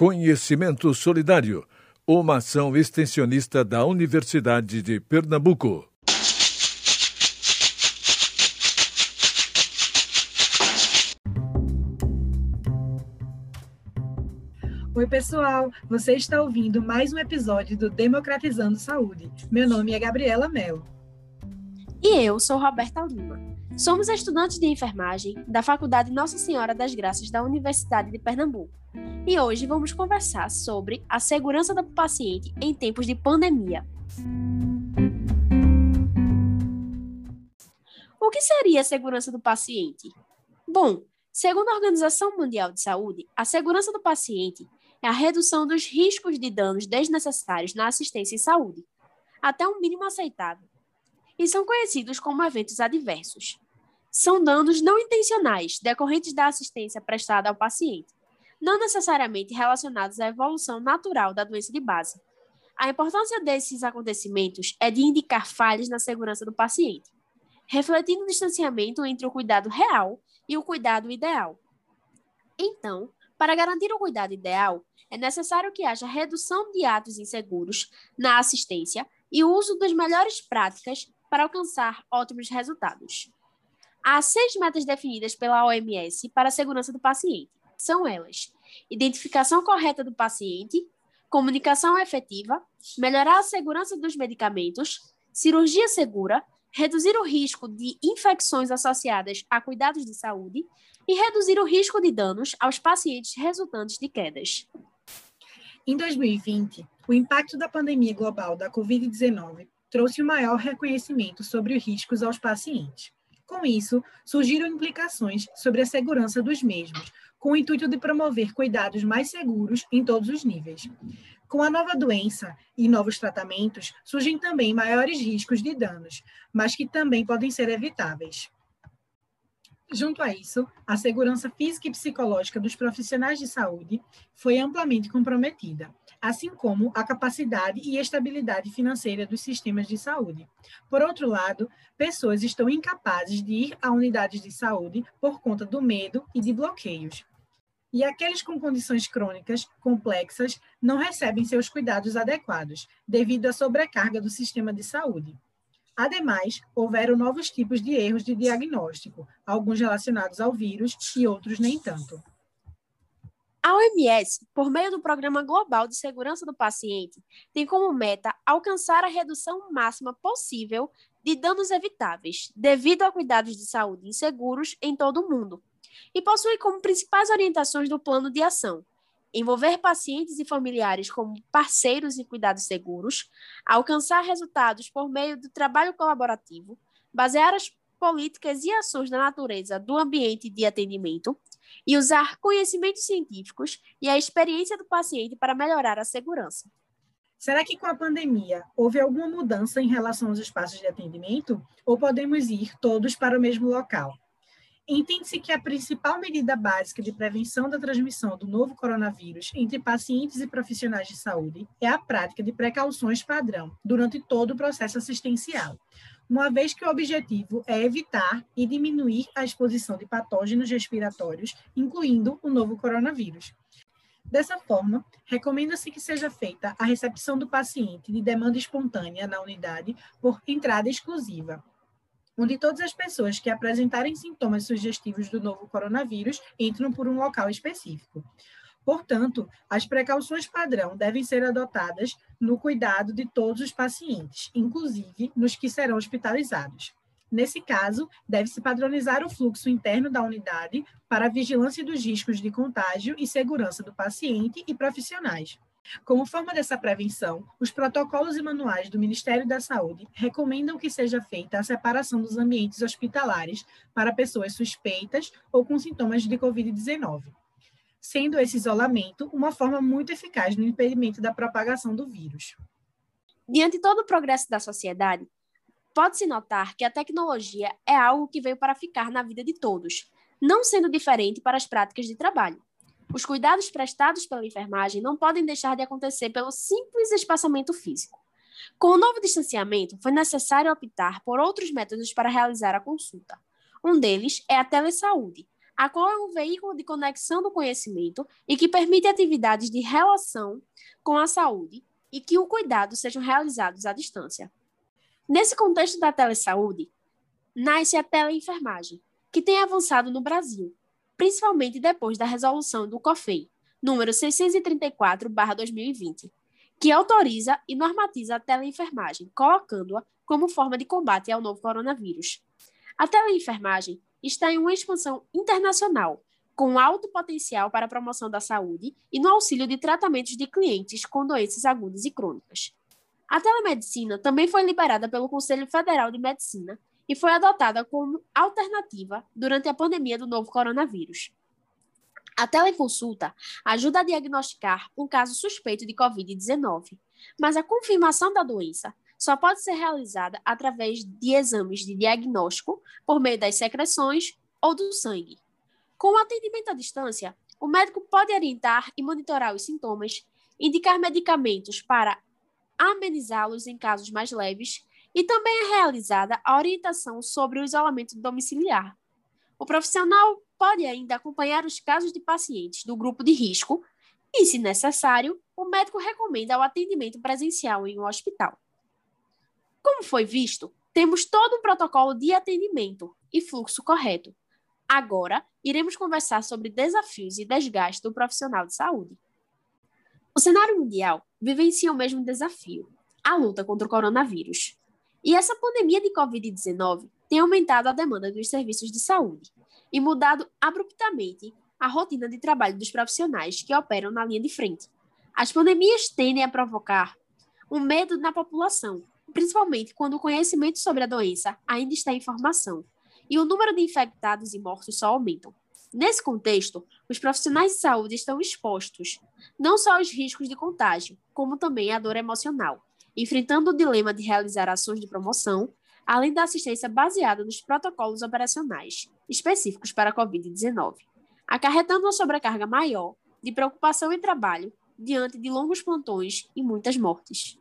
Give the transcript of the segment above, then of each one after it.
Conhecimento Solidário, uma ação extensionista da Universidade de Pernambuco. Oi, pessoal! Você está ouvindo mais um episódio do Democratizando Saúde. Meu nome é Gabriela Mello. E eu sou Roberta Lima. Somos estudantes de enfermagem da Faculdade Nossa Senhora das Graças da Universidade de Pernambuco. E hoje vamos conversar sobre a segurança do paciente em tempos de pandemia. O que seria a segurança do paciente? Bom, segundo a Organização Mundial de Saúde, a segurança do paciente é a redução dos riscos de danos desnecessários na assistência em saúde, até um mínimo aceitável, e são conhecidos como eventos adversos. São danos não intencionais decorrentes da assistência prestada ao paciente, não necessariamente relacionados à evolução natural da doença de base. A importância desses acontecimentos é de indicar falhas na segurança do paciente, refletindo o distanciamento entre o cuidado real e o cuidado ideal. Então, para garantir o cuidado ideal, é necessário que haja redução de atos inseguros na assistência e o uso das melhores práticas para alcançar ótimos resultados. Há 6 metas definidas pela OMS para a segurança do paciente. São elas: identificação correta do paciente, comunicação efetiva, melhorar a segurança dos medicamentos, cirurgia segura, reduzir o risco de infecções associadas a cuidados de saúde e reduzir o risco de danos aos pacientes resultantes de quedas. Em 2020, o impacto da pandemia global da Covid-19 trouxe o maior reconhecimento sobre os riscos aos pacientes. Com isso, surgiram implicações sobre a segurança dos mesmos, com o intuito de promover cuidados mais seguros em todos os níveis. Com a nova doença e novos tratamentos, surgem também maiores riscos de danos, mas que também podem ser evitáveis. Junto a isso, a segurança física e psicológica dos profissionais de saúde foi amplamente comprometida, assim como a capacidade e estabilidade financeira dos sistemas de saúde. Por outro lado, pessoas estão incapazes de ir a unidades de saúde por conta do medo e de bloqueios. E aqueles com condições crônicas complexas não recebem seus cuidados adequados, devido à sobrecarga do sistema de saúde. Ademais, houveram novos tipos de erros de diagnóstico, alguns relacionados ao vírus e outros nem tanto. A OMS, por meio do Programa Global de Segurança do Paciente, tem como meta alcançar a redução máxima possível de danos evitáveis, devido a cuidados de saúde inseguros em todo o mundo, e possui como principais orientações do plano de ação envolver pacientes e familiares como parceiros em cuidados seguros, alcançar resultados por meio do trabalho colaborativo, basear as políticas e ações na natureza do ambiente de atendimento e usar conhecimentos científicos e a experiência do paciente para melhorar a segurança. Será que com a pandemia houve alguma mudança em relação aos espaços de atendimento ou podemos ir todos para o mesmo local? Entende-se que a principal medida básica de prevenção da transmissão do novo coronavírus entre pacientes e profissionais de saúde é a prática de precauções padrão durante todo o processo assistencial, uma vez que o objetivo é evitar e diminuir a exposição de patógenos respiratórios, incluindo o novo coronavírus. Dessa forma, recomenda-se que seja feita a recepção do paciente de demanda espontânea na unidade por entrada exclusiva, onde todas as pessoas que apresentarem sintomas sugestivos do novo coronavírus entram por um local específico. Portanto, as precauções padrão devem ser adotadas no cuidado de todos os pacientes, inclusive nos que serão hospitalizados. Nesse caso, deve-se padronizar o fluxo interno da unidade para a vigilância dos riscos de contágio e segurança do paciente e profissionais. Como forma dessa prevenção, os protocolos e manuais do Ministério da Saúde recomendam que seja feita a separação dos ambientes hospitalares para pessoas suspeitas ou com sintomas de Covid-19, sendo esse isolamento uma forma muito eficaz no impedimento da propagação do vírus. Diante de todo o progresso da sociedade, pode-se notar que a tecnologia é algo que veio para ficar na vida de todos, não sendo diferente para as práticas de trabalho. Os cuidados prestados pela enfermagem não podem deixar de acontecer pelo simples espaçamento físico. Com o novo distanciamento, foi necessário optar por outros métodos para realizar a consulta. Um deles é a telesaúde, a qual é um veículo de conexão do conhecimento e que permite atividades de relação com a saúde e que o cuidado sejam realizados à distância. Nesse contexto da telesaúde, nasce a teleenfermagem, que tem avançado no Brasil, principalmente depois da resolução do COFEI, número 634/2020, que autoriza e normatiza a teleenfermagem, colocando-a como forma de combate ao novo coronavírus. A teleenfermagem está em uma expansão internacional, com alto potencial para a promoção da saúde e no auxílio de tratamentos de clientes com doenças agudas e crônicas. A telemedicina também foi liberada pelo Conselho Federal de Medicina e foi adotada como alternativa durante a pandemia do novo coronavírus. A teleconsulta ajuda a diagnosticar um caso suspeito de Covid-19, mas a confirmação da doença só pode ser realizada através de exames de diagnóstico por meio das secreções ou do sangue. Com o atendimento à distância, o médico pode orientar e monitorar os sintomas, indicar medicamentos para amenizá-los em casos mais leves e também é realizada a orientação sobre o isolamento domiciliar. O profissional pode ainda acompanhar os casos de pacientes do grupo de risco e, se necessário, o médico recomenda o atendimento presencial em um hospital. Como foi visto, temos todo um protocolo de atendimento e fluxo correto. Agora, iremos conversar sobre desafios e desgastes do profissional de saúde. O cenário mundial vivencia o mesmo desafio, a luta contra o coronavírus. E essa pandemia de Covid-19 tem aumentado a demanda dos serviços de saúde e mudado abruptamente a rotina de trabalho dos profissionais que operam na linha de frente. As pandemias tendem a provocar um medo na população, principalmente quando o conhecimento sobre a doença ainda está em formação e o número de infectados e mortos só aumentam. Nesse contexto, os profissionais de saúde estão expostos não só aos riscos de contágio, como também à dor emocional, enfrentando o dilema de realizar ações de promoção, além da assistência baseada nos protocolos operacionais específicos para a Covid-19, acarretando uma sobrecarga maior de preocupação e trabalho diante de longos plantões e muitas mortes.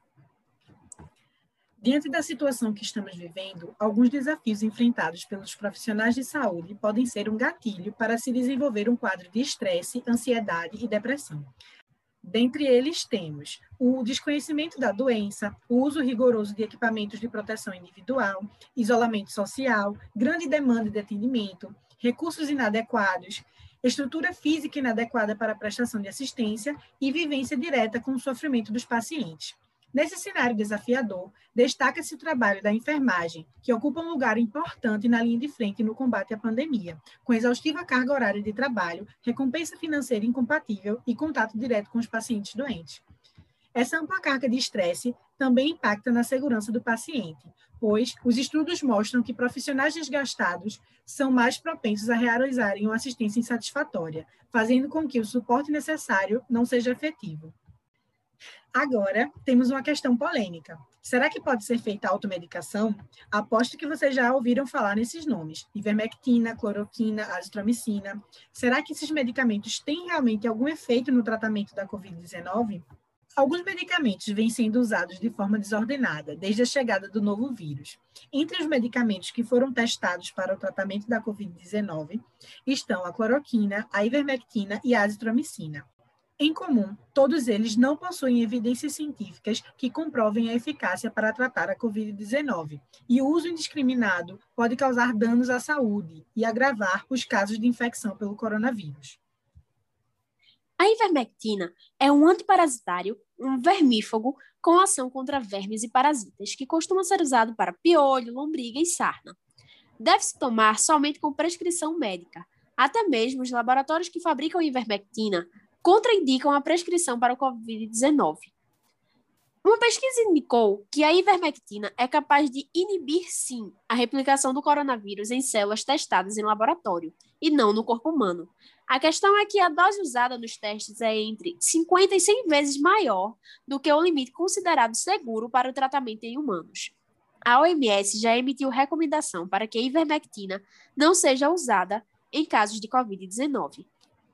Diante da situação que estamos vivendo, alguns desafios enfrentados pelos profissionais de saúde podem ser um gatilho para se desenvolver um quadro de estresse, ansiedade e depressão. Dentre eles temos o desconhecimento da doença, o uso rigoroso de equipamentos de proteção individual, isolamento social, grande demanda de atendimento, recursos inadequados, estrutura física inadequada para a prestação de assistência e vivência direta com o sofrimento dos pacientes. Nesse cenário desafiador, destaca-se o trabalho da enfermagem, que ocupa um lugar importante na linha de frente no combate à pandemia, com exaustiva carga horária de trabalho, recompensa financeira incompatível e contato direto com os pacientes doentes. Essa ampla carga de estresse também impacta na segurança do paciente, pois os estudos mostram que profissionais desgastados são mais propensos a realizarem uma assistência insatisfatória, fazendo com que o suporte necessário não seja efetivo. Agora, temos uma questão polêmica. Será que pode ser feita automedicação? Aposto que vocês já ouviram falar nesses nomes: ivermectina, cloroquina, azitromicina. Será que esses medicamentos têm realmente algum efeito no tratamento da Covid-19? Alguns medicamentos vêm sendo usados de forma desordenada desde a chegada do novo vírus. Entre os medicamentos que foram testados para o tratamento da Covid-19 estão a cloroquina, a ivermectina e a azitromicina. Em comum, todos eles não possuem evidências científicas que comprovem a eficácia para tratar a Covid-19, e o uso indiscriminado pode causar danos à saúde e agravar os casos de infecção pelo coronavírus. A ivermectina é um antiparasitário, um vermífugo com ação contra vermes e parasitas, que costuma ser usado para piolho, lombriga e sarna. Deve-se tomar somente com prescrição médica. Até mesmo os laboratórios que fabricam ivermectina contraindicam a prescrição para o Covid-19. Uma pesquisa indicou que a ivermectina é capaz de inibir, sim, a replicação do coronavírus em células testadas em laboratório, e não no corpo humano. A questão é que a dose usada nos testes é entre 50 e 100 vezes maior do que o limite considerado seguro para o tratamento em humanos. A OMS já emitiu recomendação para que a ivermectina não seja usada em casos de Covid-19.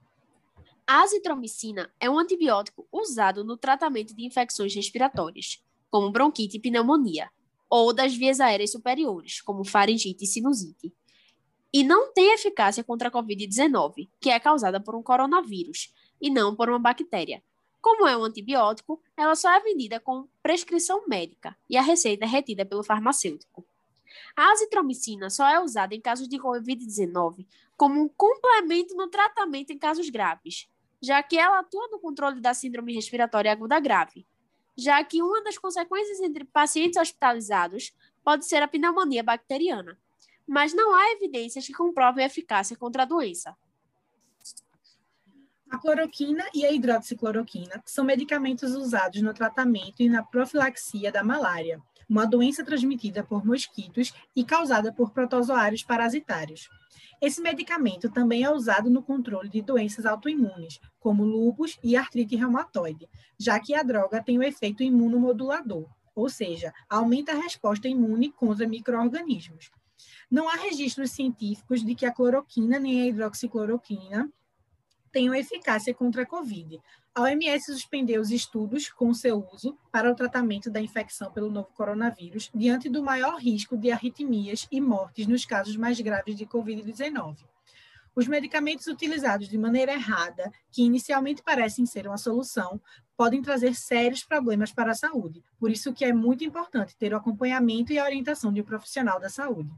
A azitromicina é um antibiótico usado no tratamento de infecções respiratórias, como bronquite e pneumonia, ou das vias aéreas superiores, como faringite e sinusite. e não tem eficácia contra a Covid-19, que é causada por um coronavírus, e não por uma bactéria. Como é um antibiótico, ela só é vendida com prescrição médica e a receita é retida pelo farmacêutico. A azitromicina só é usada em casos de Covid-19 como um complemento no tratamento em casos graves, já que ela atua no controle da síndrome respiratória aguda grave, já que uma das consequências entre pacientes hospitalizados pode ser a pneumonia bacteriana, mas não há evidências que comprovem a eficácia contra a doença. A cloroquina e a hidroxicloroquina são medicamentos usados no tratamento e na profilaxia da malária, uma doença transmitida por mosquitos e causada por protozoários parasitários. Esse medicamento também é usado no controle de doenças autoimunes, como lúpus e artrite reumatoide, já que a droga tem o efeito imunomodulador, ou seja, aumenta a resposta imune contra micro-organismos. Não há registros científicos de que a cloroquina nem a hidroxicloroquina tenham eficácia contra a Covid. A OMS suspendeu os estudos com seu uso para o tratamento da infecção pelo novo coronavírus, diante do maior risco de arritmias e mortes nos casos mais graves de Covid-19. Os medicamentos utilizados de maneira errada, que inicialmente parecem ser uma solução, podem trazer sérios problemas para a saúde. Por isso que é muito importante ter o acompanhamento e a orientação de um profissional da saúde.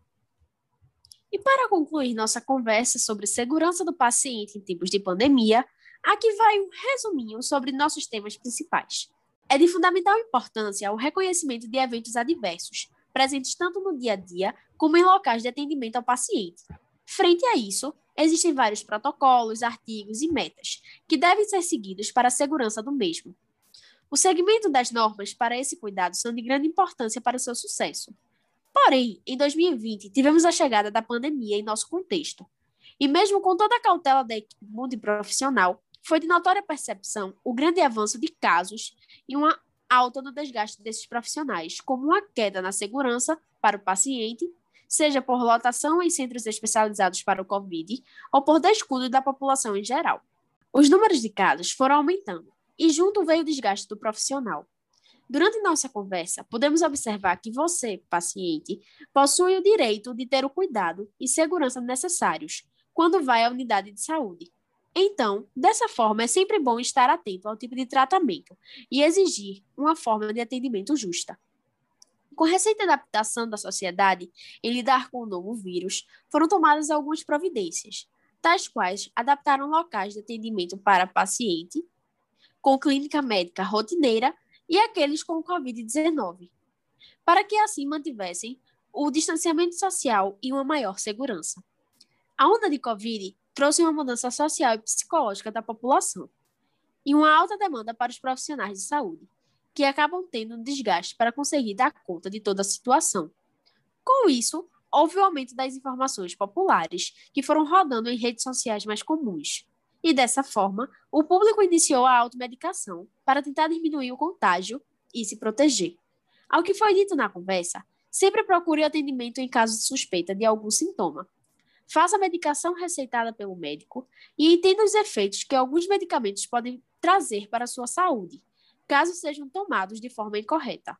E para concluir nossa conversa sobre segurança do paciente em tempos de pandemia, aqui vai um resuminho sobre nossos temas principais. É de fundamental importância o reconhecimento de eventos adversos, presentes tanto no dia a dia como em locais de atendimento ao paciente. Frente a isso, existem vários protocolos, artigos e metas que devem ser seguidos para a segurança do mesmo. O segmento das normas para esse cuidado são de grande importância para o seu sucesso. Porém, em 2020, tivemos a chegada da pandemia em nosso contexto. E mesmo com toda a cautela da equipe multiprofissional, foi de notória percepção o grande avanço de casos e uma alta no desgaste desses profissionais, como uma queda na segurança para o paciente, seja por lotação em centros especializados para o Covid ou por descuido da população em geral. Os números de casos foram aumentando e junto veio o desgaste do profissional. Durante nossa conversa, podemos observar que você, paciente, possui o direito de ter o cuidado e segurança necessários quando vai à unidade de saúde. Então, dessa forma, é sempre bom estar atento ao tipo de tratamento e exigir uma forma de atendimento justa. Com a recente adaptação da sociedade em lidar com o novo vírus, foram tomadas algumas providências, tais quais adaptaram locais de atendimento para paciente, com clínica médica rotineira, e aqueles com Covid-19, para que assim mantivessem o distanciamento social e uma maior segurança. A onda de Covid trouxe uma mudança social e psicológica da população e uma alta demanda para os profissionais de saúde, que acabam tendo um desgaste para conseguir dar conta de toda a situação. Com isso, houve o aumento das informações populares que foram rodando em redes sociais mais comuns. E dessa forma, o público iniciou a automedicação para tentar diminuir o contágio e se proteger. Ao que foi dito na conversa, sempre procure atendimento em caso de suspeita de algum sintoma. Faça a medicação receitada pelo médico e entenda os efeitos que alguns medicamentos podem trazer para a sua saúde, caso sejam tomados de forma incorreta.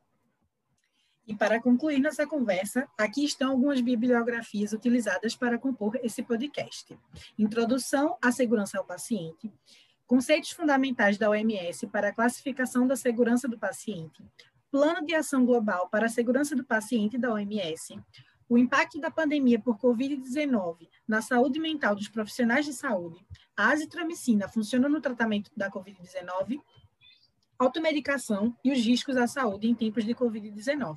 E para concluir nossa conversa, aqui estão algumas bibliografias utilizadas para compor esse podcast. Introdução à segurança ao paciente, conceitos fundamentais da OMS para a classificação da segurança do paciente, plano de ação global para a segurança do paciente da OMS, o impacto da pandemia por Covid-19 na saúde mental dos profissionais de saúde, a azitromicina funciona no tratamento da Covid-19, automedicação e os riscos à saúde em tempos de Covid-19.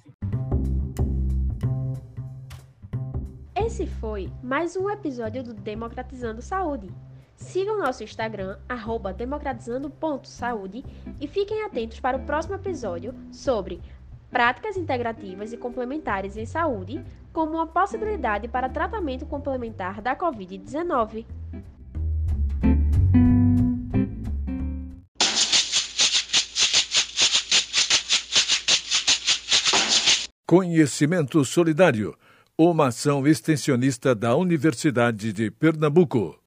Esse foi mais um episódio do Democratizando Saúde. Sigam nosso Instagram, @democratizando.saúde, e fiquem atentos para o próximo episódio sobre práticas integrativas e complementares em saúde como uma possibilidade para tratamento complementar da Covid-19. Conhecimento Solidário, uma ação extensionista da Universidade de Pernambuco.